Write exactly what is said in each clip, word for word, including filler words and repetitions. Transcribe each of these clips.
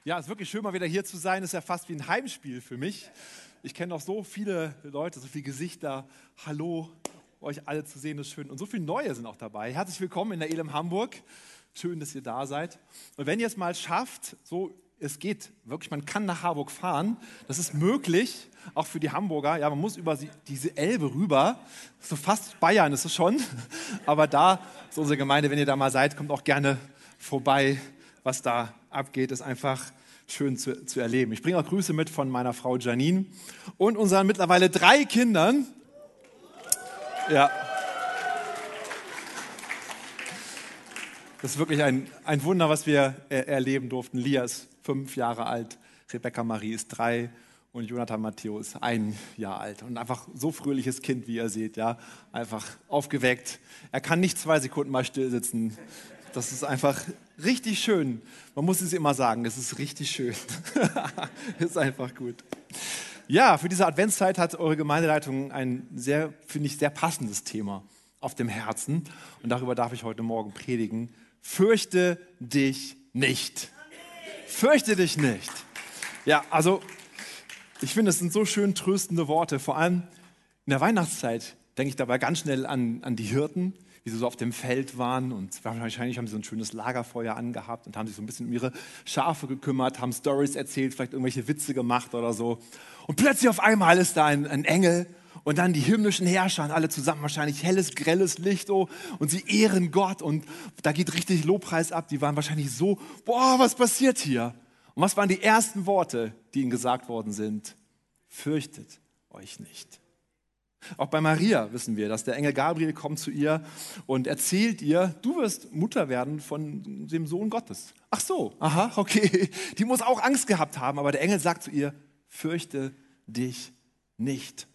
Ja, es ist wirklich schön, mal wieder hier zu sein. Es ist ja fast wie ein Heimspiel für mich. Ich kenne noch so viele Leute, so viele Gesichter. Hallo, euch alle zu sehen ist schön. Und so viele Neue sind auch dabei. Herzlich willkommen in der Elim Hamburg. Schön, dass ihr da seid. Und wenn ihr es mal schafft, so, es geht wirklich, man kann nach Harburg fahren. Das ist möglich, auch für die Hamburger. Ja, man muss über diese Elbe rüber. So fast Bayern ist es schon. Aber da ist unsere Gemeinde. Wenn ihr da mal seid, kommt auch gerne vorbei. Was da abgeht, ist einfach schön zu, zu erleben. Ich bringe auch Grüße mit von meiner Frau Janine und unseren mittlerweile drei Kindern. Ja. Das ist wirklich ein, ein Wunder, was wir er, erleben durften. Lia ist fünf Jahre alt, Rebecca Marie ist drei und Jonathan Matteo ist ein Jahr alt. Und einfach so fröhliches Kind, wie ihr seht, ja, einfach aufgeweckt. Er kann nicht zwei Sekunden mal still sitzen. Das ist einfach richtig schön. Man muss es immer sagen, es ist richtig schön. Ist einfach gut. Ja, für diese Adventszeit hat eure Gemeindeleitung ein sehr, finde ich, sehr passendes Thema auf dem Herzen. Und darüber darf ich heute Morgen predigen. Fürchte dich nicht. Fürchte dich nicht. Ja, also ich finde, es sind so schön tröstende Worte. Vor allem in der Weihnachtszeit denke ich dabei ganz schnell an, an die Hirten, wie sie so auf dem Feld waren und wahrscheinlich haben sie so ein schönes Lagerfeuer angehabt und haben sich so ein bisschen um ihre Schafe gekümmert, haben Storys erzählt, vielleicht irgendwelche Witze gemacht oder so. Und plötzlich auf einmal ist da ein, ein Engel und dann die himmlischen Herrscher und alle zusammen, wahrscheinlich helles, grelles Licht, oh, und sie ehren Gott und da geht richtig Lobpreis ab. Die waren wahrscheinlich so, boah, was passiert hier? Und was waren die ersten Worte, die ihnen gesagt worden sind? Fürchtet euch nicht. Auch bei Maria wissen wir, dass der Engel Gabriel kommt zu ihr und erzählt ihr, du wirst Mutter werden von dem Sohn Gottes. Ach so, aha, okay. Die muss auch Angst gehabt haben, aber der Engel sagt zu ihr, fürchte dich nicht.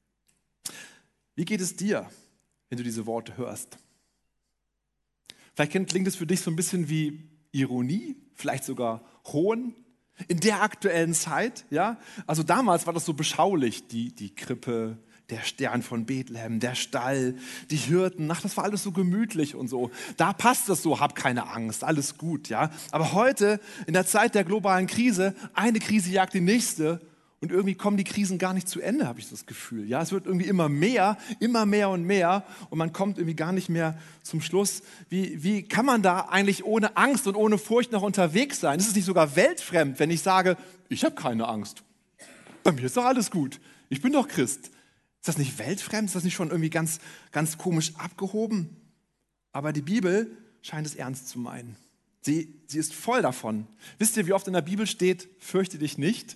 Wie geht es dir, wenn du diese Worte hörst? Vielleicht klingt es für dich so ein bisschen wie Ironie, vielleicht sogar Hohn. In der aktuellen Zeit, ja, also damals war das so beschaulich, die, die Krippe, der Stern von Bethlehem, der Stall, die Hirten, ach, das war alles so gemütlich und so. Da passt das so, hab keine Angst, alles gut, ja. Aber heute, in der Zeit der globalen Krise, eine Krise jagt die nächste und irgendwie kommen die Krisen gar nicht zu Ende, habe ich das Gefühl. Ja, es wird irgendwie immer mehr, immer mehr und mehr und man kommt irgendwie gar nicht mehr zum Schluss. Wie, wie kann man da eigentlich ohne Angst und ohne Furcht noch unterwegs sein? Ist es nicht sogar weltfremd, wenn ich sage, ich habe keine Angst? Bei mir ist doch alles gut. Ich bin doch Christ. Ist das nicht weltfremd? Ist das nicht schon irgendwie ganz, ganz komisch abgehoben? Aber die Bibel scheint es ernst zu meinen. Sie, sie ist voll davon. Wisst ihr, wie oft in der Bibel steht, fürchte dich nicht?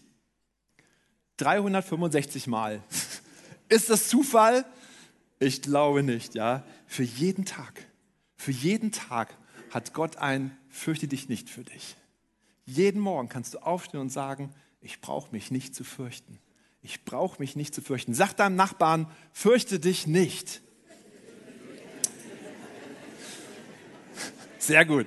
dreihundertfünfundsechzig Mal. Ist das Zufall? Ich glaube nicht, ja. Für jeden Tag, für jeden Tag hat Gott ein fürchte dich nicht für dich. Jeden Morgen kannst du aufstehen und sagen, ich brauche mich nicht zu fürchten. Ich brauche mich nicht zu fürchten. Sag deinem Nachbarn, fürchte dich nicht. Sehr gut.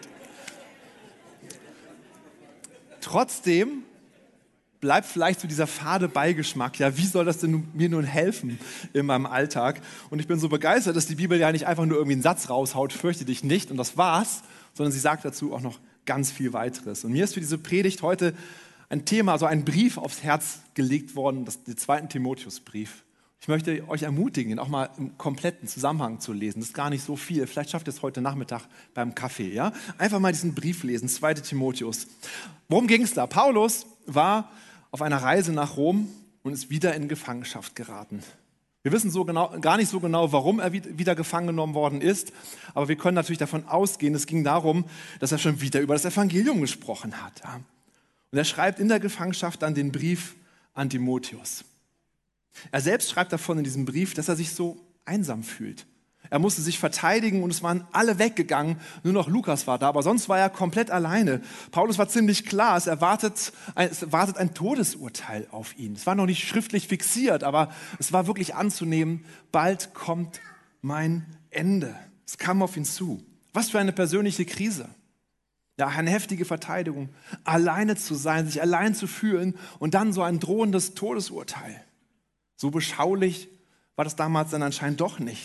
Trotzdem bleibt vielleicht so dieser fade Beigeschmack. Ja, wie soll das denn mir nun helfen in meinem Alltag? Und ich bin so begeistert, dass die Bibel ja nicht einfach nur irgendwie einen Satz raushaut, fürchte dich nicht und das war's, sondern sie sagt dazu auch noch ganz viel weiteres. Und mir ist für diese Predigt heute ein Thema, also ein Brief aufs Herz gelegt worden, das ist der zweite Timotheusbrief. Ich möchte euch ermutigen, ihn auch mal im kompletten Zusammenhang zu lesen. Das ist gar nicht so viel. Vielleicht schafft ihr es heute Nachmittag beim Kaffee. Ja? Einfach mal diesen Brief lesen, zweiter Timotheus. Worum ging es da? Paulus war auf einer Reise nach Rom und ist wieder in Gefangenschaft geraten. Wir wissen so genau, gar nicht so genau, warum er wieder gefangen genommen worden ist, aber wir können natürlich davon ausgehen, es ging darum, dass er schon wieder über das Evangelium gesprochen hat. Ja? Und er schreibt in der Gefangenschaft dann den Brief an Timotheus. Er selbst schreibt davon in diesem Brief, dass er sich so einsam fühlt. Er musste sich verteidigen und es waren alle weggegangen, nur noch Lukas war da, aber sonst war er komplett alleine. Paulus war ziemlich klar, es erwartet, es wartet ein Todesurteil auf ihn. Es war noch nicht schriftlich fixiert, aber es war wirklich anzunehmen, bald kommt mein Ende. Es kam auf ihn zu. Was für eine persönliche Krise. Ja, eine heftige Verteidigung, alleine zu sein, sich allein zu fühlen und dann so ein drohendes Todesurteil. So beschaulich war das damals dann anscheinend doch nicht.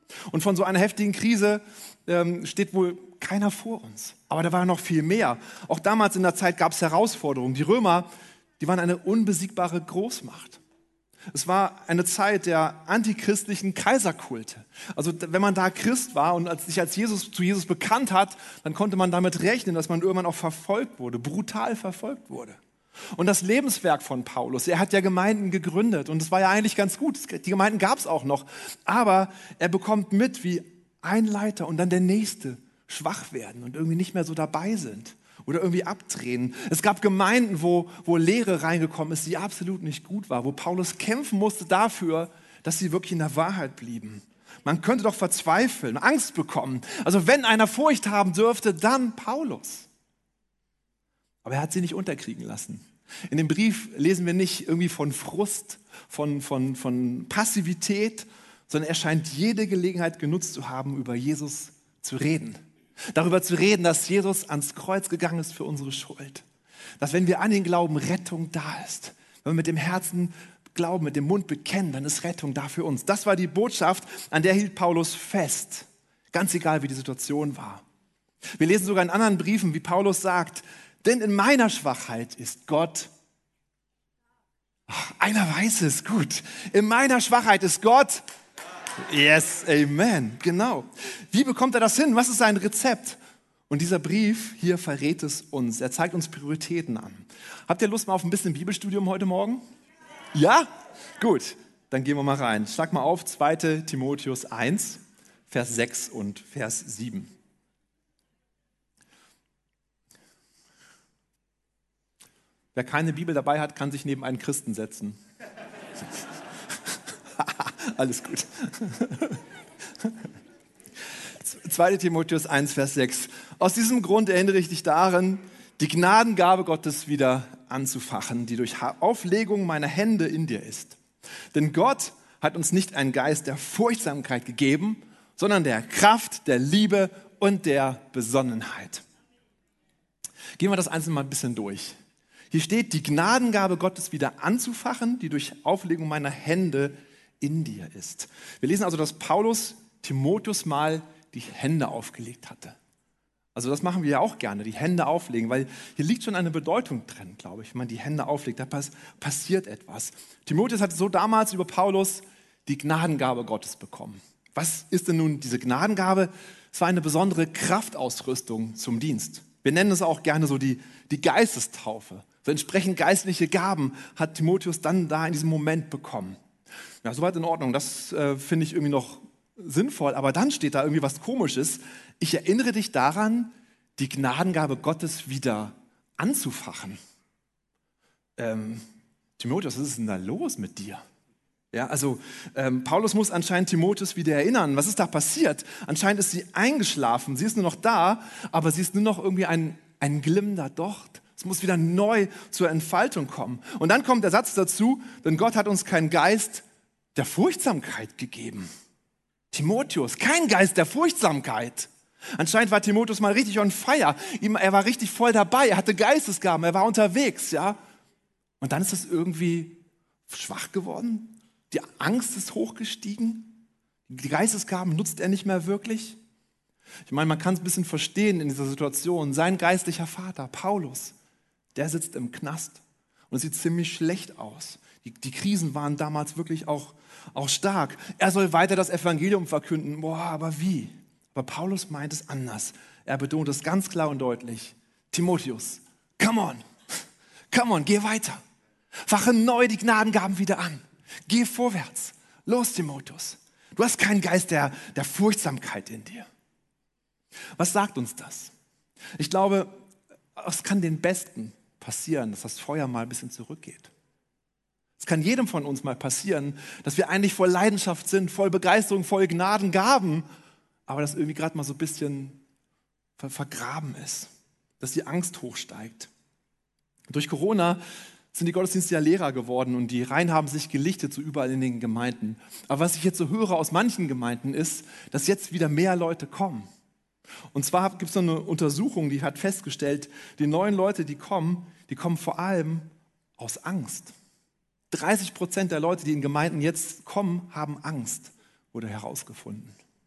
Und von so einer heftigen Krise ähm, steht wohl keiner vor uns. Aber da war noch viel mehr. Auch damals in der Zeit gab es Herausforderungen. Die Römer, die waren eine unbesiegbare Großmacht. Es war eine Zeit der antichristlichen Kaiserkulte. Also wenn man da Christ war und sich als Jesus, zu Jesus bekannt hat, dann konnte man damit rechnen, dass man irgendwann auch verfolgt wurde, brutal verfolgt wurde. Und das Lebenswerk von Paulus, er hat ja Gemeinden gegründet und es war ja eigentlich ganz gut. Die Gemeinden gab es auch noch. Aber er bekommt mit, wie ein Leiter und dann der nächste schwach werden und irgendwie nicht mehr so dabei sind oder irgendwie abdrehen. Es gab Gemeinden, wo, wo Lehre reingekommen ist, die absolut nicht gut war, wo Paulus kämpfen musste dafür, dass sie wirklich in der Wahrheit blieben. Man könnte doch verzweifeln, Angst bekommen. Also wenn einer Furcht haben dürfte, dann Paulus. Aber er hat sie nicht unterkriegen lassen. In dem Brief lesen wir nicht irgendwie von Frust, von, von, von Passivität, sondern er scheint jede Gelegenheit genutzt zu haben, über Jesus zu reden. Darüber zu reden, dass Jesus ans Kreuz gegangen ist für unsere Schuld. Dass wenn wir an ihn glauben, Rettung da ist. Wenn wir mit dem Herzen glauben, mit dem Mund bekennen, dann ist Rettung da für uns. Das war die Botschaft, an der hielt Paulus fest. Ganz egal, wie die Situation war. Wir lesen sogar in anderen Briefen, wie Paulus sagt, denn in meiner Schwachheit ist Gott, ach, einer weiß es, gut, in meiner Schwachheit ist Gott, yes, amen, genau. Wie bekommt er das hin? Was ist sein Rezept? Und dieser Brief hier verrät es uns. Er zeigt uns Prioritäten an. Habt ihr Lust mal auf ein bisschen Bibelstudium heute Morgen? Ja? Gut, dann gehen wir mal rein. Schlag mal auf, zweiter Timotheus eins, Vers sechs und Vers sieben. Wer keine Bibel dabei hat, kann sich neben einen Christen setzen. Alles gut. zweiter Timotheus eins, Vers sechs. Aus diesem Grund erinnere ich dich daran, die Gnadengabe Gottes wieder anzufachen, die durch Auflegung meiner Hände in dir ist. Denn Gott hat uns nicht einen Geist der Furchtsamkeit gegeben, sondern der Kraft, der Liebe und der Besonnenheit. Gehen wir das einzeln mal ein bisschen durch. Hier steht, die Gnadengabe Gottes wieder anzufachen, die durch Auflegung meiner Hände in dir ist. Wir lesen also, dass Paulus Timotheus mal die Hände aufgelegt hatte. Also das machen wir ja auch gerne, die Hände auflegen, weil hier liegt schon eine Bedeutung drin, glaube ich. Wenn man die Hände auflegt, da pass- passiert etwas. Timotheus hat so damals über Paulus die Gnadengabe Gottes bekommen. Was ist denn nun diese Gnadengabe? Es war eine besondere Kraftausrüstung zum Dienst. Wir nennen es auch gerne so die, die Geistestaufe. So entsprechend geistliche Gaben hat Timotheus dann da in diesem Moment bekommen. Ja, soweit in Ordnung, das äh, finde ich irgendwie noch sinnvoll, aber dann steht da irgendwie was Komisches. Ich erinnere dich daran, die Gnadengabe Gottes wieder anzufachen. Ähm, Timotheus, was ist denn da los mit dir? Ja, also ähm, Paulus muss anscheinend Timotheus wieder erinnern. Was ist da passiert? Anscheinend ist sie eingeschlafen. Sie ist nur noch da, aber sie ist nur noch irgendwie ein, ein glimmender Docht. Es muss wieder neu zur Entfaltung kommen. Und dann kommt der Satz dazu, denn Gott hat uns keinen Geist der Furchtsamkeit gegeben. Timotheus, kein Geist der Furchtsamkeit. Anscheinend war Timotheus mal richtig on fire. Er war richtig voll dabei. Er hatte Geistesgaben. Er war unterwegs, ja. Und dann ist das irgendwie schwach geworden. Die Angst ist hochgestiegen. Die Geistesgaben nutzt er nicht mehr wirklich. Ich meine, man kann es ein bisschen verstehen in dieser Situation. Sein geistlicher Vater, Paulus, der sitzt im Knast. Und es sieht ziemlich schlecht aus. Die, die Krisen waren damals wirklich auch, auch stark. Er soll weiter das Evangelium verkünden. Boah, aber wie? Aber Paulus meint es anders. Er betont es ganz klar und deutlich. Timotheus, come on, come on, geh weiter. Fache neu die Gnadengaben wieder an. Geh vorwärts. Los, Timotheus. Du hast keinen Geist der, der Furchtsamkeit in dir. Was sagt uns das? Ich glaube, es kann den Besten passieren, dass das Feuer mal ein bisschen zurückgeht. Es kann jedem von uns mal passieren, dass wir eigentlich voll Leidenschaft sind, voll Begeisterung, voll Gnadengaben, aber das irgendwie gerade mal so ein bisschen vergraben ist, dass die Angst hochsteigt. Durch Corona sind die Gottesdienste ja leerer geworden und die Reihen haben sich gelichtet, so überall in den Gemeinden. Aber was ich jetzt so höre aus manchen Gemeinden ist, dass jetzt wieder mehr Leute kommen. Und zwar gibt es so eine Untersuchung, die hat festgestellt, die neuen Leute, die kommen, die kommen vor allem aus Angst. dreißig Prozent der Leute, die in Gemeinden jetzt kommen, haben Angst, wurde herausgefunden.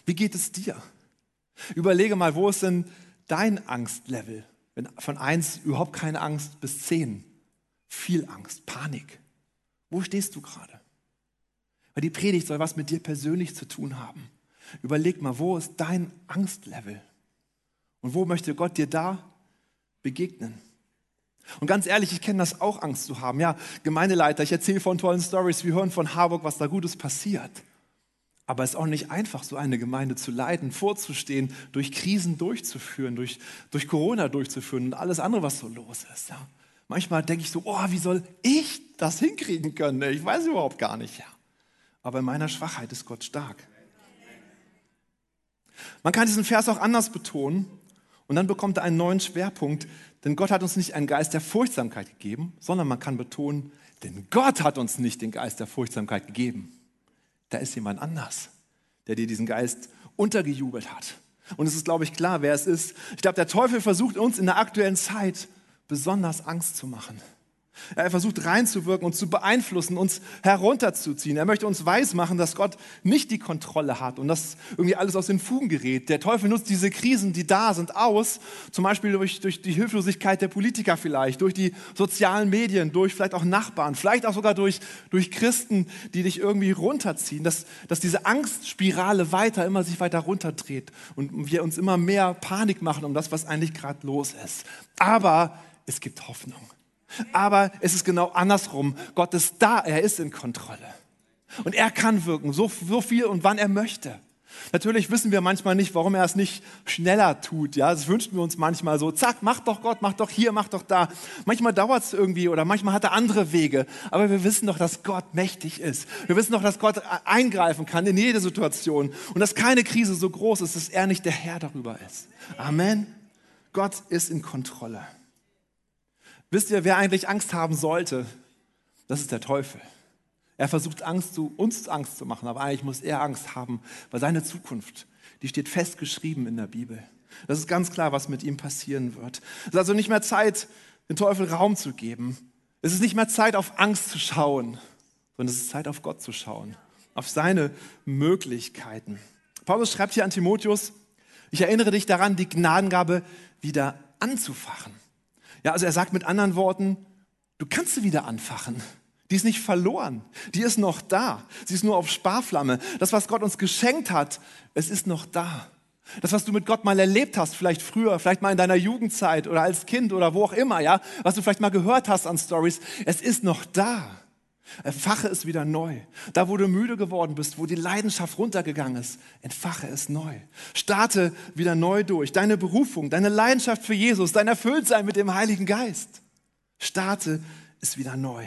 Wie geht es dir? Überlege mal, wo ist denn dein Angstlevel? Wenn von eins überhaupt keine Angst bis zehn viel Angst, Panik. Wo stehst du gerade? Weil die Predigt soll was mit dir persönlich zu tun haben. Überleg mal, wo ist dein Angstlevel? Und wo möchte Gott dir da begegnen? Und ganz ehrlich, ich kenne das auch, Angst zu haben. Ja, Gemeindeleiter, ich erzähle von tollen Stories, wir hören von Harburg, was da Gutes passiert. Aber es ist auch nicht einfach, so eine Gemeinde zu leiten, vorzustehen, durch Krisen durchzuführen, durch, durch Corona durchzuführen und alles andere, was so los ist. Ja. Manchmal denke ich so, oh, wie soll ich das hinkriegen können? Ich weiß überhaupt gar nicht. Ja. Aber in meiner Schwachheit ist Gott stark. Man kann diesen Vers auch anders betonen und dann bekommt er einen neuen Schwerpunkt, denn Gott hat uns nicht einen Geist der Furchtsamkeit gegeben, sondern man kann betonen, denn Gott hat uns nicht den Geist der Furchtsamkeit gegeben. Da ist jemand anders, der dir diesen Geist untergejubelt hat. Und es ist, glaube ich, klar, wer es ist. Ich glaube, der Teufel versucht uns in der aktuellen Zeit besonders Angst zu machen. Er versucht reinzuwirken und zu beeinflussen, uns herunterzuziehen. Er möchte uns weismachen, dass Gott nicht die Kontrolle hat und dass irgendwie alles aus den Fugen gerät. Der Teufel nutzt diese Krisen, die da sind, aus, zum Beispiel durch, durch die Hilflosigkeit der Politiker vielleicht, durch die sozialen Medien, durch vielleicht auch Nachbarn, vielleicht auch sogar durch, durch Christen, die dich irgendwie runterziehen, dass, dass diese Angstspirale weiter, immer sich weiter runterdreht und wir uns immer mehr Panik machen um das, was eigentlich gerade los ist. Aber es gibt Hoffnung. Aber es ist genau andersrum. Gott ist da, er ist in Kontrolle. Und er kann wirken, so, so viel und wann er möchte. Natürlich wissen wir manchmal nicht, warum er es nicht schneller tut. Ja, das wünschen wir uns manchmal so, zack, mach doch Gott, mach doch hier, mach doch da. Manchmal dauert es irgendwie oder manchmal hat er andere Wege. Aber wir wissen doch, dass Gott mächtig ist. Wir wissen doch, dass Gott eingreifen kann in jede Situation. Und dass keine Krise so groß ist, dass er nicht der Herr darüber ist. Amen. Gott ist in Kontrolle. Wisst ihr, wer eigentlich Angst haben sollte? Das ist der Teufel. Er versucht Angst zu, uns Angst zu machen, aber eigentlich muss er Angst haben, weil seine Zukunft, die steht festgeschrieben in der Bibel. Das ist ganz klar, was mit ihm passieren wird. Es ist also nicht mehr Zeit, dem Teufel Raum zu geben. Es ist nicht mehr Zeit, auf Angst zu schauen, sondern es ist Zeit, auf Gott zu schauen, auf seine Möglichkeiten. Paulus schreibt hier an Timotheus, ich erinnere dich daran, die Gnadengabe wieder anzufachen. Ja, also er sagt mit anderen Worten, du kannst sie wieder anfachen. Die ist nicht verloren, die ist noch da. Sie ist nur auf Sparflamme. Das, was Gott uns geschenkt hat, es ist noch da. Das, was du mit Gott mal erlebt hast, vielleicht früher, vielleicht mal in deiner Jugendzeit oder als Kind oder wo auch immer, ja, was du vielleicht mal gehört hast an Stories, es ist noch da. Entfache es wieder neu. Da, wo du müde geworden bist, wo die Leidenschaft runtergegangen ist, entfache es neu. Starte wieder neu durch. Deine Berufung, deine Leidenschaft für Jesus, dein Erfülltsein mit dem Heiligen Geist. Starte es wieder neu.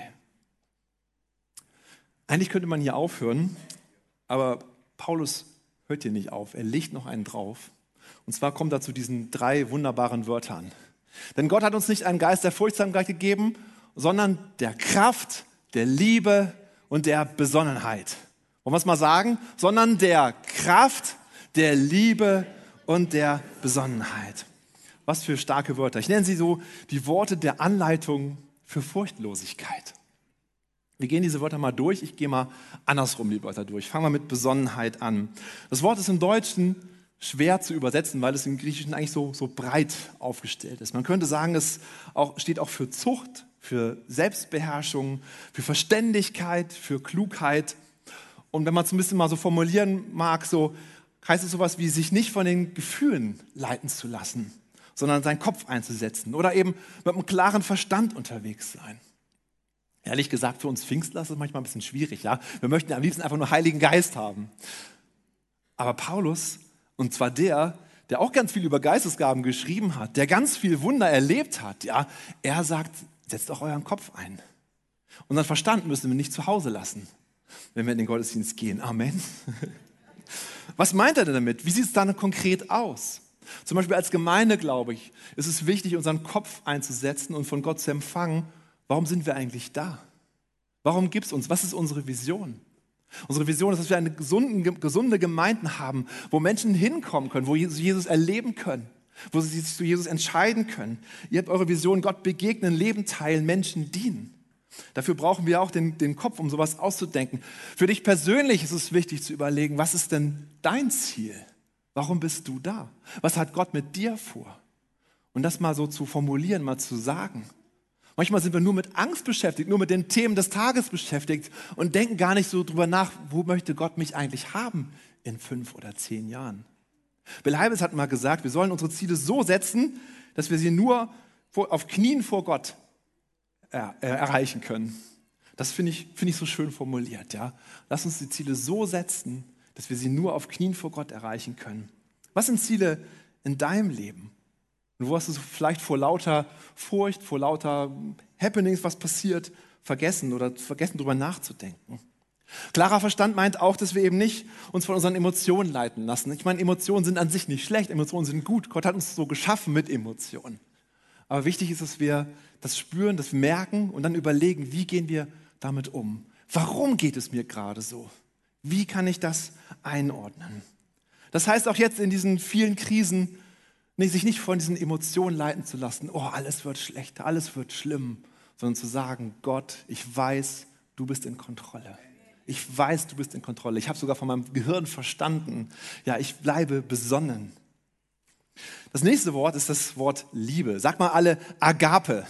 Eigentlich könnte man hier aufhören, aber Paulus hört hier nicht auf. Er legt noch einen drauf. Und zwar kommt er zu diesen drei wunderbaren Wörtern. Denn Gott hat uns nicht einen Geist der Furchtsamkeit gegeben, sondern der Kraft, der Liebe und der Besonnenheit. Wollen wir es mal sagen? Sondern der Kraft, der Liebe und der Besonnenheit. Was für starke Wörter. Ich nenne sie so die Worte der Anleitung für Furchtlosigkeit. Wir gehen diese Wörter mal durch. Ich gehe mal andersrum die Wörter durch. Fangen wir mit Besonnenheit an. Das Wort ist im Deutschen schwer zu übersetzen, weil es im Griechischen eigentlich so, so breit aufgestellt ist. Man könnte sagen, es auch, steht auch für Zucht, für Selbstbeherrschung, für Verständigkeit, für Klugheit. Und wenn man es ein bisschen mal so formulieren mag, so heißt es sowas wie, sich nicht von den Gefühlen leiten zu lassen, sondern seinen Kopf einzusetzen oder eben mit einem klaren Verstand unterwegs sein. Ehrlich gesagt, für uns Pfingstler ist es manchmal ein bisschen schwierig. Ja? Wir möchten am liebsten einfach nur Heiligen Geist haben. Aber Paulus, und zwar der, der auch ganz viel über Geistesgaben geschrieben hat, der ganz viel Wunder erlebt hat, ja, er sagt, setzt auch euren Kopf ein. Unseren Verstand müssen wir nicht zu Hause lassen, wenn wir in den Gottesdienst gehen. Amen. Was meint er denn damit? Wie sieht es dann konkret aus? Zum Beispiel als Gemeinde, glaube ich, ist es wichtig, unseren Kopf einzusetzen und von Gott zu empfangen. Warum sind wir eigentlich da? Warum gibt es uns? Was ist unsere Vision? Unsere Vision ist, dass wir eine gesunde, gesunde Gemeinden haben, wo Menschen hinkommen können, wo Jesus erleben können, wo sie sich zu Jesus entscheiden können. Ihr habt eure Vision, Gott begegnen, Leben teilen, Menschen dienen. Dafür brauchen wir auch den, den Kopf, um sowas auszudenken. Für dich persönlich ist es wichtig zu überlegen, was ist denn dein Ziel? Warum bist du da? Was hat Gott mit dir vor? Und das mal so zu formulieren, mal zu sagen. Manchmal sind wir nur mit Angst beschäftigt, nur mit den Themen des Tages beschäftigt und denken gar nicht so drüber nach, wo möchte Gott mich eigentlich haben in fünf oder zehn Jahren. Bill Hybels hat mal gesagt, wir sollen unsere Ziele so setzen, dass wir sie nur vor, auf Knien vor Gott er, äh, erreichen können. Das finde ich, finde ich so schön formuliert. Ja? Lass uns die Ziele so setzen, dass wir sie nur auf Knien vor Gott erreichen können. Was sind Ziele in deinem Leben? Und wo hast du vielleicht vor lauter Furcht, vor lauter Happenings, was passiert, vergessen oder vergessen, darüber nachzudenken? Klarer Verstand meint auch, dass wir eben nicht uns von unseren Emotionen leiten lassen. Ich meine, Emotionen sind an sich nicht schlecht, Emotionen sind gut. Gott hat uns so geschaffen mit Emotionen. Aber wichtig ist, dass wir das spüren, das merken und dann überlegen, wie gehen wir damit um? Warum geht es mir gerade so? Wie kann ich das einordnen? Das heißt auch jetzt in diesen vielen Krisen, Nee, sich nicht von diesen Emotionen leiten zu lassen, oh, alles wird schlechter, alles wird schlimm, sondern zu sagen, Gott, ich weiß, du bist in Kontrolle. Ich weiß, du bist in Kontrolle. Ich habe sogar von meinem Gehirn verstanden. Ja, ich bleibe besonnen. Das nächste Wort ist das Wort Liebe. Sag mal alle Agape.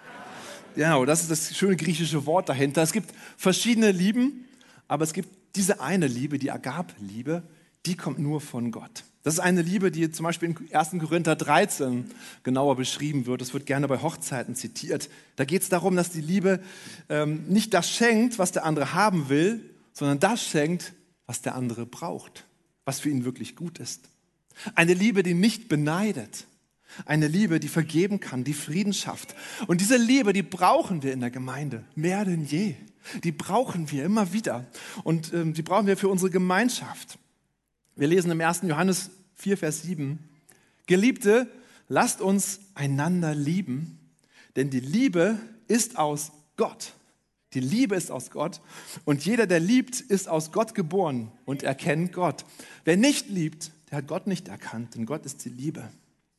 Genau, das ist das schöne griechische Wort dahinter. Es gibt verschiedene Lieben, aber es gibt diese eine Liebe, die Agape-Liebe, die kommt nur von Gott. Das ist eine Liebe, die zum Beispiel in ersten Korinther dreizehn genauer beschrieben wird. Das wird gerne bei Hochzeiten zitiert. Da geht es darum, dass die Liebe ähm, nicht das schenkt, was der andere haben will, sondern das schenkt, was der andere braucht, was für ihn wirklich gut ist. Eine Liebe, die nicht beneidet. Eine Liebe, die vergeben kann, die Frieden schafft. Und diese Liebe, die brauchen wir in der Gemeinde mehr denn je. Die brauchen wir immer wieder. Und ähm, die brauchen wir für unsere Gemeinschaft. Wir lesen im ersten Johannes vier, Vers sieben, Geliebte, lasst uns einander lieben, denn die Liebe ist aus Gott. Die Liebe ist aus Gott und jeder, der liebt, ist aus Gott geboren und erkennt Gott. Wer nicht liebt, der hat Gott nicht erkannt, denn Gott ist die Liebe.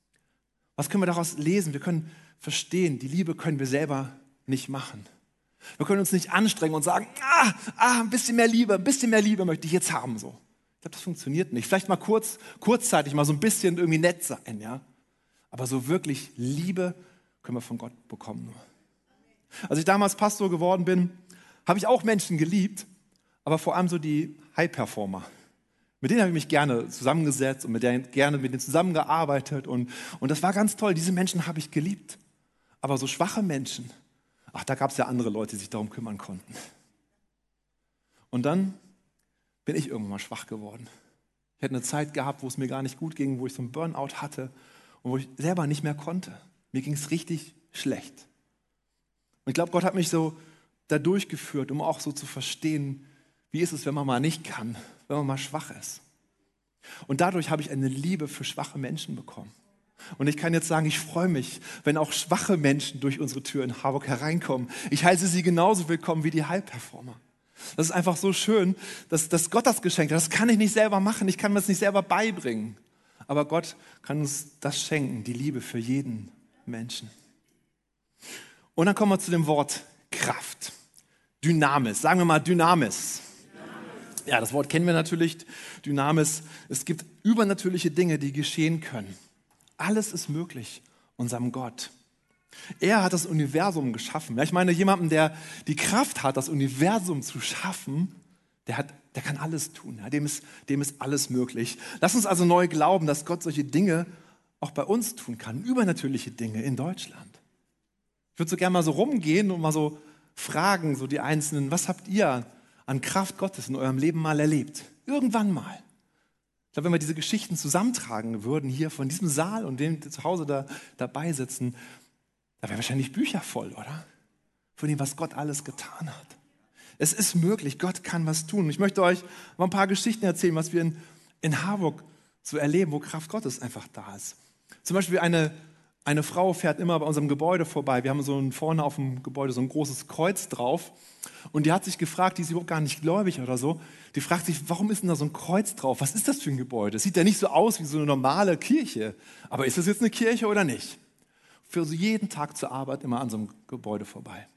Was können wir daraus lesen? Wir können verstehen, die Liebe können wir selber nicht machen. Wir können uns nicht anstrengen und sagen, ah, ah, ein bisschen mehr Liebe, ein bisschen mehr Liebe möchte ich jetzt haben, so. Ich glaube, das funktioniert nicht. Vielleicht mal kurz, kurzzeitig mal so ein bisschen irgendwie nett sein, ja. Aber so wirklich Liebe können wir von Gott bekommen nur. Als ich damals Pastor geworden bin, habe ich auch Menschen geliebt, aber vor allem so die High-Performer. Mit denen habe ich mich gerne zusammengesetzt und mit denen gerne mit denen zusammengearbeitet und, und das war ganz toll. Diese Menschen habe ich geliebt. Aber so schwache Menschen, ach, da gab es ja andere Leute, die sich darum kümmern konnten. Und dann bin ich irgendwann mal schwach geworden. Ich hatte eine Zeit gehabt, wo es mir gar nicht gut ging, wo ich so einen Burnout hatte und wo ich selber nicht mehr konnte. Mir ging es richtig schlecht. Und ich glaube, Gott hat mich so da durchgeführt, um auch so zu verstehen, wie ist es, wenn man mal nicht kann, wenn man mal schwach ist. Und dadurch habe ich eine Liebe für schwache Menschen bekommen. Und ich kann jetzt sagen, ich freue mich, wenn auch schwache Menschen durch unsere Tür in Harburg hereinkommen. Ich heiße sie genauso willkommen wie die High-Performer. Das ist einfach so schön, dass, dass Gott das geschenkt hat. Das kann ich nicht selber machen, ich kann mir das nicht selber beibringen. Aber Gott kann uns das schenken, die Liebe für jeden Menschen. Und dann kommen wir zu dem Wort Kraft. Dynamis, sagen wir mal Dynamis. Dynamis. Ja, das Wort kennen wir natürlich, Dynamis. Es gibt übernatürliche Dinge, die geschehen können. Alles ist möglich unserem Gott. Er hat das Universum geschaffen. Ja, ich meine, jemanden, der die Kraft hat, das Universum zu schaffen, der, hat, der kann alles tun. Ja, dem, ist, dem ist alles möglich. Lass uns also neu glauben, dass Gott solche Dinge auch bei uns tun kann. Übernatürliche Dinge in Deutschland. Ich würde so gerne mal so rumgehen und mal so fragen, so die Einzelnen, was habt ihr an Kraft Gottes in eurem Leben mal erlebt? Irgendwann mal. Ich glaube, wenn wir diese Geschichten zusammentragen würden, hier von diesem Saal und dem, die zu Hause da, dabei sitzen, da wären wahrscheinlich Bücher voll, oder? Von dem, was Gott alles getan hat. Es ist möglich, Gott kann was tun. Ich möchte euch mal ein paar Geschichten erzählen, was wir in, in Harburg so erleben, wo Kraft Gottes einfach da ist. Zum Beispiel eine, eine Frau fährt immer bei unserem Gebäude vorbei. Wir haben so ein, vorne auf dem Gebäude so ein großes Kreuz drauf. Und die hat sich gefragt, die ist überhaupt gar nicht gläubig oder so, die fragt sich, warum ist denn da so ein Kreuz drauf? Was ist das für ein Gebäude? Das sieht ja nicht so aus wie so eine normale Kirche. Aber ist das jetzt eine Kirche oder nicht? Für so jeden Tag zur Arbeit immer an so einem Gebäude vorbei.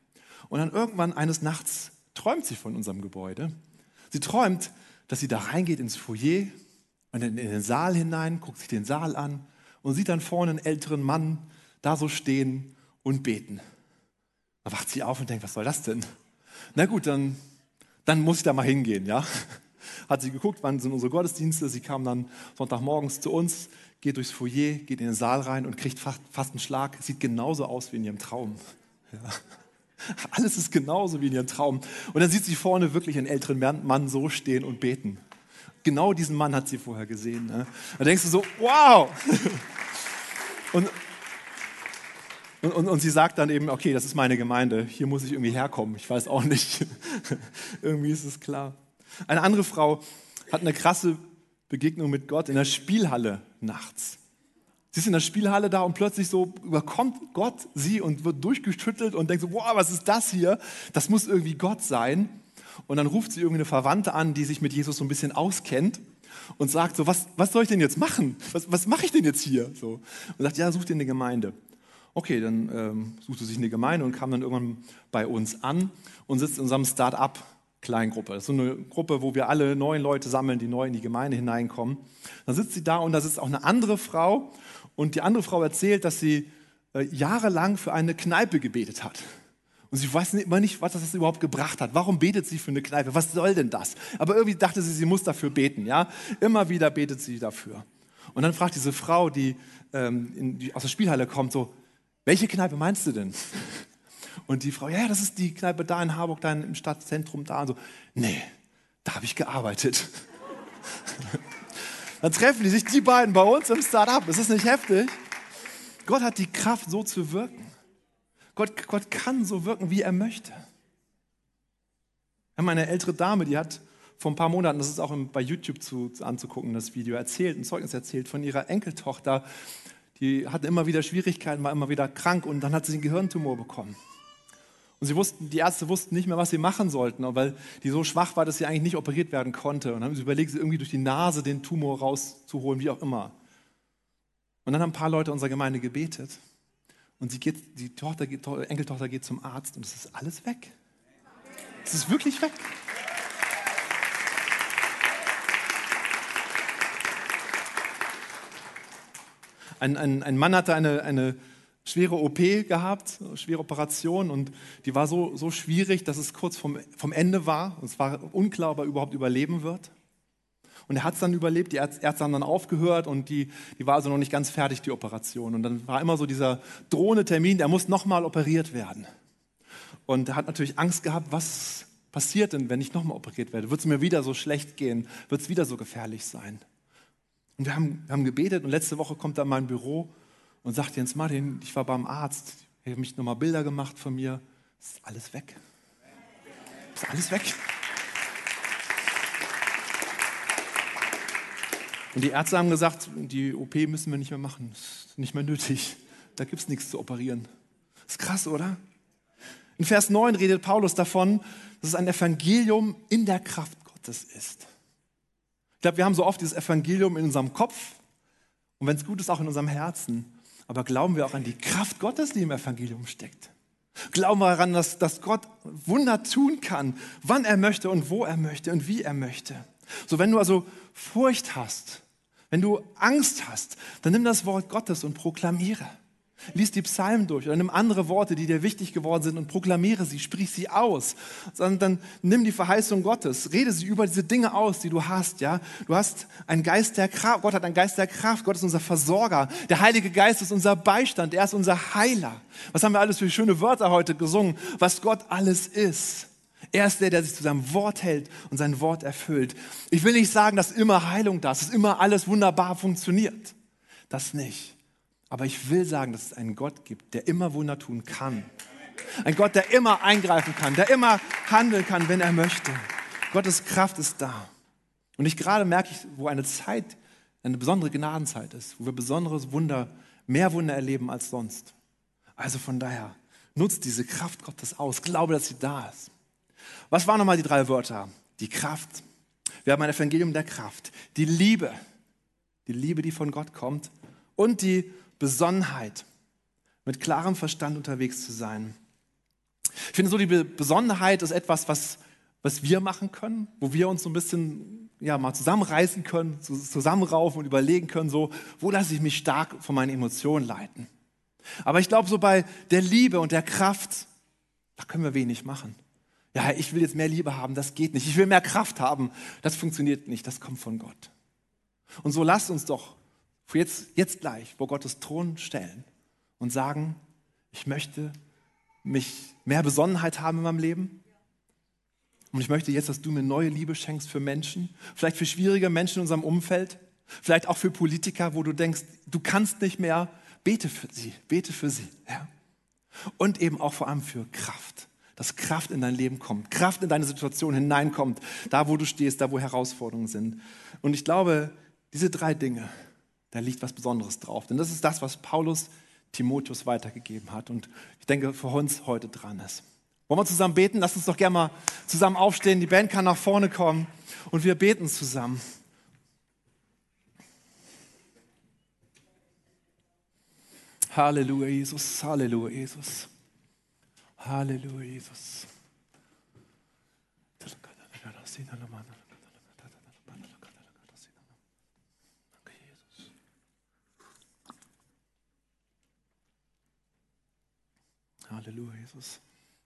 Und dann irgendwann eines Nachts träumt sie von unserem Gebäude. Sie träumt, dass sie da reingeht ins Foyer und in den Saal hinein, guckt sich den Saal an und sieht dann vorne einen älteren Mann da so stehen und beten. Da wacht sie auf und denkt, was soll das denn? Na gut, dann, dann muss ich da mal hingehen, ja. Hat sie geguckt, wann sind unsere Gottesdienste. Sie kam dann Sonntagmorgens zu uns, geht durchs Foyer, geht in den Saal rein und kriegt fast, fast einen Schlag. Sieht genauso aus wie in ihrem Traum. Ja. Alles ist genauso wie in ihrem Traum. Und dann sieht sie vorne wirklich einen älteren Mann so stehen und beten. Genau diesen Mann hat sie vorher gesehen. Ne? Da denkst du so, wow! Und, und, und, und sie sagt dann eben, okay, das ist meine Gemeinde. Hier muss ich irgendwie herkommen. Ich weiß auch nicht. Irgendwie ist es klar. Eine andere Frau hat eine krasse Begegnung mit Gott in der Spielhalle nachts. Sie ist in der Spielhalle da und plötzlich so überkommt Gott sie und wird durchgeschüttelt und denkt so, wow, was ist das hier? Das muss irgendwie Gott sein. Und dann ruft sie irgendeine Verwandte an, die sich mit Jesus so ein bisschen auskennt und sagt so, was, was soll ich denn jetzt machen? Was, was mache ich denn jetzt hier? So. Und sagt, ja, such dir eine Gemeinde. Okay, dann ähm, suchte sich eine Gemeinde und kam dann irgendwann bei uns an und sitzt in unserem Start-up Kleingruppe. Das ist so eine Gruppe, wo wir alle neuen Leute sammeln, die neu in die Gemeinde hineinkommen. Dann sitzt sie da und da sitzt auch eine andere Frau und die andere Frau erzählt, dass sie äh, jahrelang für eine Kneipe gebetet hat. Und sie weiß immer nicht, was das überhaupt gebracht hat. Warum betet sie für eine Kneipe? Was soll denn das? Aber irgendwie dachte sie, sie muss dafür beten. Ja? Immer wieder betet sie dafür. Und dann fragt diese Frau, die, ähm, in, die aus der Spielhalle kommt, so, welche Kneipe meinst du denn? Und die Frau, ja, das ist die Kneipe da in Harburg, da im Stadtzentrum da. Und so, nee, da habe ich gearbeitet. Dann treffen die sich, die beiden, bei uns im Start-up. Ist das nicht heftig? Gott hat die Kraft, so zu wirken. Gott, Gott kann so wirken, wie er möchte. Wir haben eine ältere Dame, die hat vor ein paar Monaten, das ist auch bei YouTube zu, anzugucken, das Video, erzählt, ein Zeugnis erzählt von ihrer Enkeltochter. Die hatte immer wieder Schwierigkeiten, war immer wieder krank und dann hat sie einen Gehirntumor bekommen. Und sie wussten, die Ärzte wussten nicht mehr, was sie machen sollten, weil die so schwach war, dass sie eigentlich nicht operiert werden konnte. Und dann haben sie überlegt, irgendwie durch die Nase den Tumor rauszuholen, wie auch immer. Und dann haben ein paar Leute unserer Gemeinde gebetet. Und sie geht, die Tochter geht, Enkeltochter geht zum Arzt und es ist alles weg. Es ist wirklich weg. Ein, ein, ein Mann hatte eine, eine schwere O P gehabt, schwere Operation und die war so, so schwierig, dass es kurz vom, vom Ende war. Und es war unklar, ob er überhaupt überleben wird. Und er hat es dann überlebt, die Ärzte haben dann aufgehört und die, die war also noch nicht ganz fertig, die Operation. Und dann war immer so dieser drohende Termin, der muss nochmal operiert werden. Und er hat natürlich Angst gehabt, was passiert denn, wenn ich nochmal operiert werde? Wird es mir wieder so schlecht gehen? Wird es wieder so gefährlich sein? Und wir haben, wir haben gebetet und letzte Woche kommt er in mein Büro und sagt, Jens Martin, ich war beim Arzt, ich habe mich nochmal Bilder gemacht von mir, ist alles weg. Ist alles weg. Und die Ärzte haben gesagt, die O P müssen wir nicht mehr machen, das ist nicht mehr nötig, da gibt es nichts zu operieren. Das ist krass, oder? In Vers neun redet Paulus davon, dass es ein Evangelium in der Kraft Gottes ist. Ich glaube, wir haben so oft dieses Evangelium in unserem Kopf und wenn es gut ist, auch in unserem Herzen. Aber glauben wir auch an die Kraft Gottes, die im Evangelium steckt? Glauben wir daran, dass, dass Gott Wunder tun kann, wann er möchte und wo er möchte und wie er möchte? So, wenn du also Furcht hast, wenn du Angst hast, dann nimm das Wort Gottes und proklamiere. Lies die Psalmen durch oder nimm andere Worte, die dir wichtig geworden sind und proklamiere sie, sprich sie aus. Sondern dann nimm die Verheißung Gottes, rede sie über diese Dinge aus, die du hast. Ja? Du hast einen Geist der Kraft, Gott hat einen Geist der Kraft, Gott ist unser Versorger. Der Heilige Geist ist unser Beistand, er ist unser Heiler. Was haben wir alles für schöne Wörter heute gesungen, was Gott alles ist. Er ist der, der sich zu seinem Wort hält und sein Wort erfüllt. Ich will nicht sagen, dass immer Heilung da ist, dass immer alles wunderbar funktioniert. Das nicht. Aber ich will sagen, dass es einen Gott gibt, der immer Wunder tun kann. Ein Gott, der immer eingreifen kann, der immer handeln kann, wenn er möchte. Gottes Kraft ist da. Und ich gerade merke ich, wo eine Zeit, eine besondere Gnadenzeit ist, wo wir besonderes Wunder, mehr Wunder erleben als sonst. Also von daher, nutzt diese Kraft Gottes aus. Glaube, dass sie da ist. Was waren nochmal die drei Wörter? Die Kraft. Wir haben ein Evangelium der Kraft. Die Liebe. Die Liebe, die von Gott kommt. Und die Besonnenheit, mit klarem Verstand unterwegs zu sein. Ich finde so, die Besonderheit ist etwas, was, was wir machen können, wo wir uns so ein bisschen ja, mal zusammenreißen können, zusammenraufen und überlegen können, so, wo lasse ich mich stark von meinen Emotionen leiten. Aber ich glaube, so bei der Liebe und der Kraft, da können wir wenig machen. Ja, ich will jetzt mehr Liebe haben, das geht nicht. Ich will mehr Kraft haben, das funktioniert nicht, das kommt von Gott. Und so lasst uns doch jetzt, jetzt gleich vor Gottes Thron stellen und sagen, ich möchte mich mehr Besonnenheit haben in meinem Leben. Und ich möchte jetzt, dass du mir neue Liebe schenkst für Menschen, vielleicht für schwierige Menschen in unserem Umfeld, vielleicht auch für Politiker, wo du denkst, du kannst nicht mehr, bete für sie, bete für sie. Ja. Und eben auch vor allem für Kraft, dass Kraft in dein Leben kommt, Kraft in deine Situation hineinkommt, da wo du stehst, da wo Herausforderungen sind. Und ich glaube, diese drei Dinge, da liegt was Besonderes drauf. Denn das ist das, was Paulus Timotheus weitergegeben hat. Und ich denke, für uns heute dran ist. Wollen wir zusammen beten? Lass uns doch gerne mal zusammen aufstehen. Die Band kann nach vorne kommen und wir beten zusammen. Halleluja, Jesus. Halleluja, Jesus. Halleluja, Jesus. Halleluja, Jesus.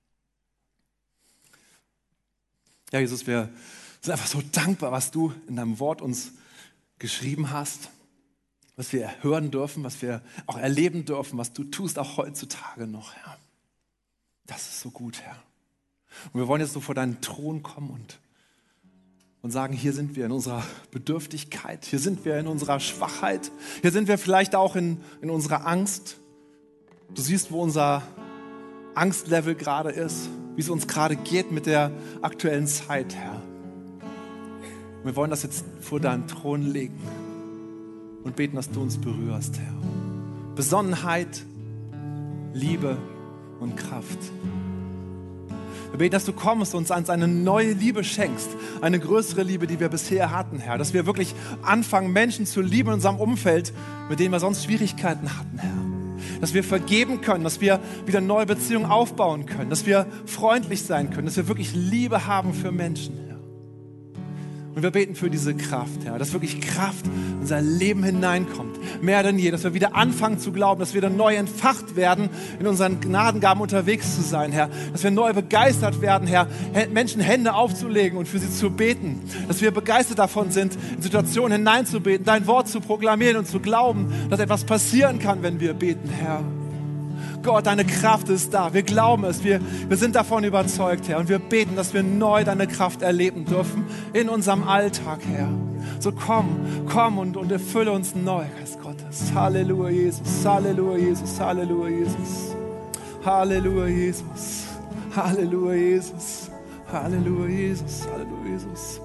Ja, Jesus, wir sind einfach so dankbar, was du in deinem Wort uns geschrieben hast, was wir hören dürfen, was wir auch erleben dürfen, was du tust, auch heutzutage noch, Herr. Das ist so gut, Herr. Und wir wollen jetzt so vor deinen Thron kommen und, und sagen, hier sind wir in unserer Bedürftigkeit, hier sind wir in unserer Schwachheit, hier sind wir vielleicht auch in, in unserer Angst. Du siehst, wo unser Angstlevel gerade ist, wie es uns gerade geht mit der aktuellen Zeit, Herr. Und wir wollen das jetzt vor deinem Thron legen und beten, dass du uns berührst, Herr. Besonnenheit, Liebe und Kraft. Wir beten, dass du kommst und uns eine neue Liebe schenkst, eine größere Liebe, die wir bisher hatten, Herr. Dass wir wirklich anfangen, Menschen zu lieben in unserem Umfeld, mit denen wir sonst Schwierigkeiten hatten, Herr. Dass wir vergeben können, dass wir wieder neue Beziehungen aufbauen können, dass wir freundlich sein können, dass wir wirklich Liebe haben für Menschen, Herr. Und wir beten für diese Kraft, Herr, dass wirklich Kraft in unser Leben hineinkommt, mehr denn je, dass wir wieder anfangen zu glauben, dass wir wieder neu entfacht werden, in unseren Gnadengaben unterwegs zu sein, Herr, dass wir neu begeistert werden, Herr, Menschen Hände aufzulegen und für sie zu beten, dass wir begeistert davon sind, in Situationen hineinzubeten, dein Wort zu proklamieren und zu glauben, dass etwas passieren kann, wenn wir beten, Herr. Gott, deine Kraft ist da. Wir glauben es. Wir, wir sind davon überzeugt, Herr. Und wir beten, dass wir neu deine Kraft erleben dürfen in unserem Alltag, Herr. So komm, komm und, und erfülle uns neu, Geist Gottes. Halleluja, Jesus. Halleluja, Jesus. Halleluja, Jesus. Halleluja, Jesus. Halleluja, Jesus. Halleluja, Jesus. Halleluja, Jesus.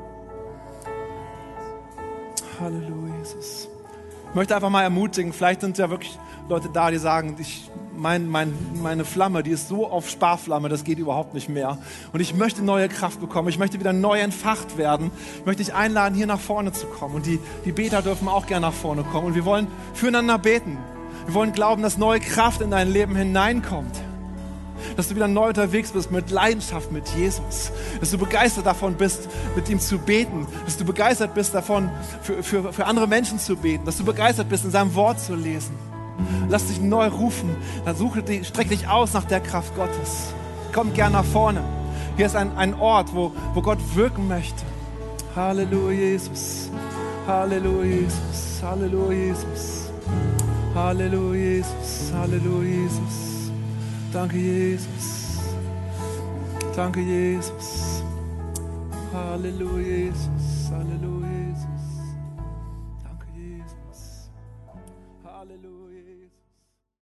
Halleluja, Jesus. Ich möchte einfach mal ermutigen, vielleicht sind ja wirklich Leute da, die sagen, ich, mein, mein, meine Flamme, die ist so auf Sparflamme, das geht überhaupt nicht mehr. Und ich möchte neue Kraft bekommen, ich möchte wieder neu entfacht werden. Ich möchte dich einladen, hier nach vorne zu kommen. Und die, die Beter dürfen auch gerne nach vorne kommen. Und wir wollen füreinander beten. Wir wollen glauben, dass neue Kraft in dein Leben hineinkommt. Dass du wieder neu unterwegs bist mit Leidenschaft mit Jesus. Dass du begeistert davon bist, mit ihm zu beten. Dass du begeistert bist davon, für, für, für andere Menschen zu beten. Dass du begeistert bist, in seinem Wort zu lesen. Lass dich neu rufen. Dann suche dich, streck dich aus nach der Kraft Gottes. Komm gern nach vorne. Hier ist ein, ein Ort, wo, wo Gott wirken möchte. Halleluja, Jesus. Halleluja, Jesus. Halleluja, Jesus. Halleluja, Jesus. Halleluja, Jesus. Danke, Jesus. Danke, Jesus. Halleluja, Jesus. Halleluja, Jesus. Danke, Jesus. Halleluja, Jesus.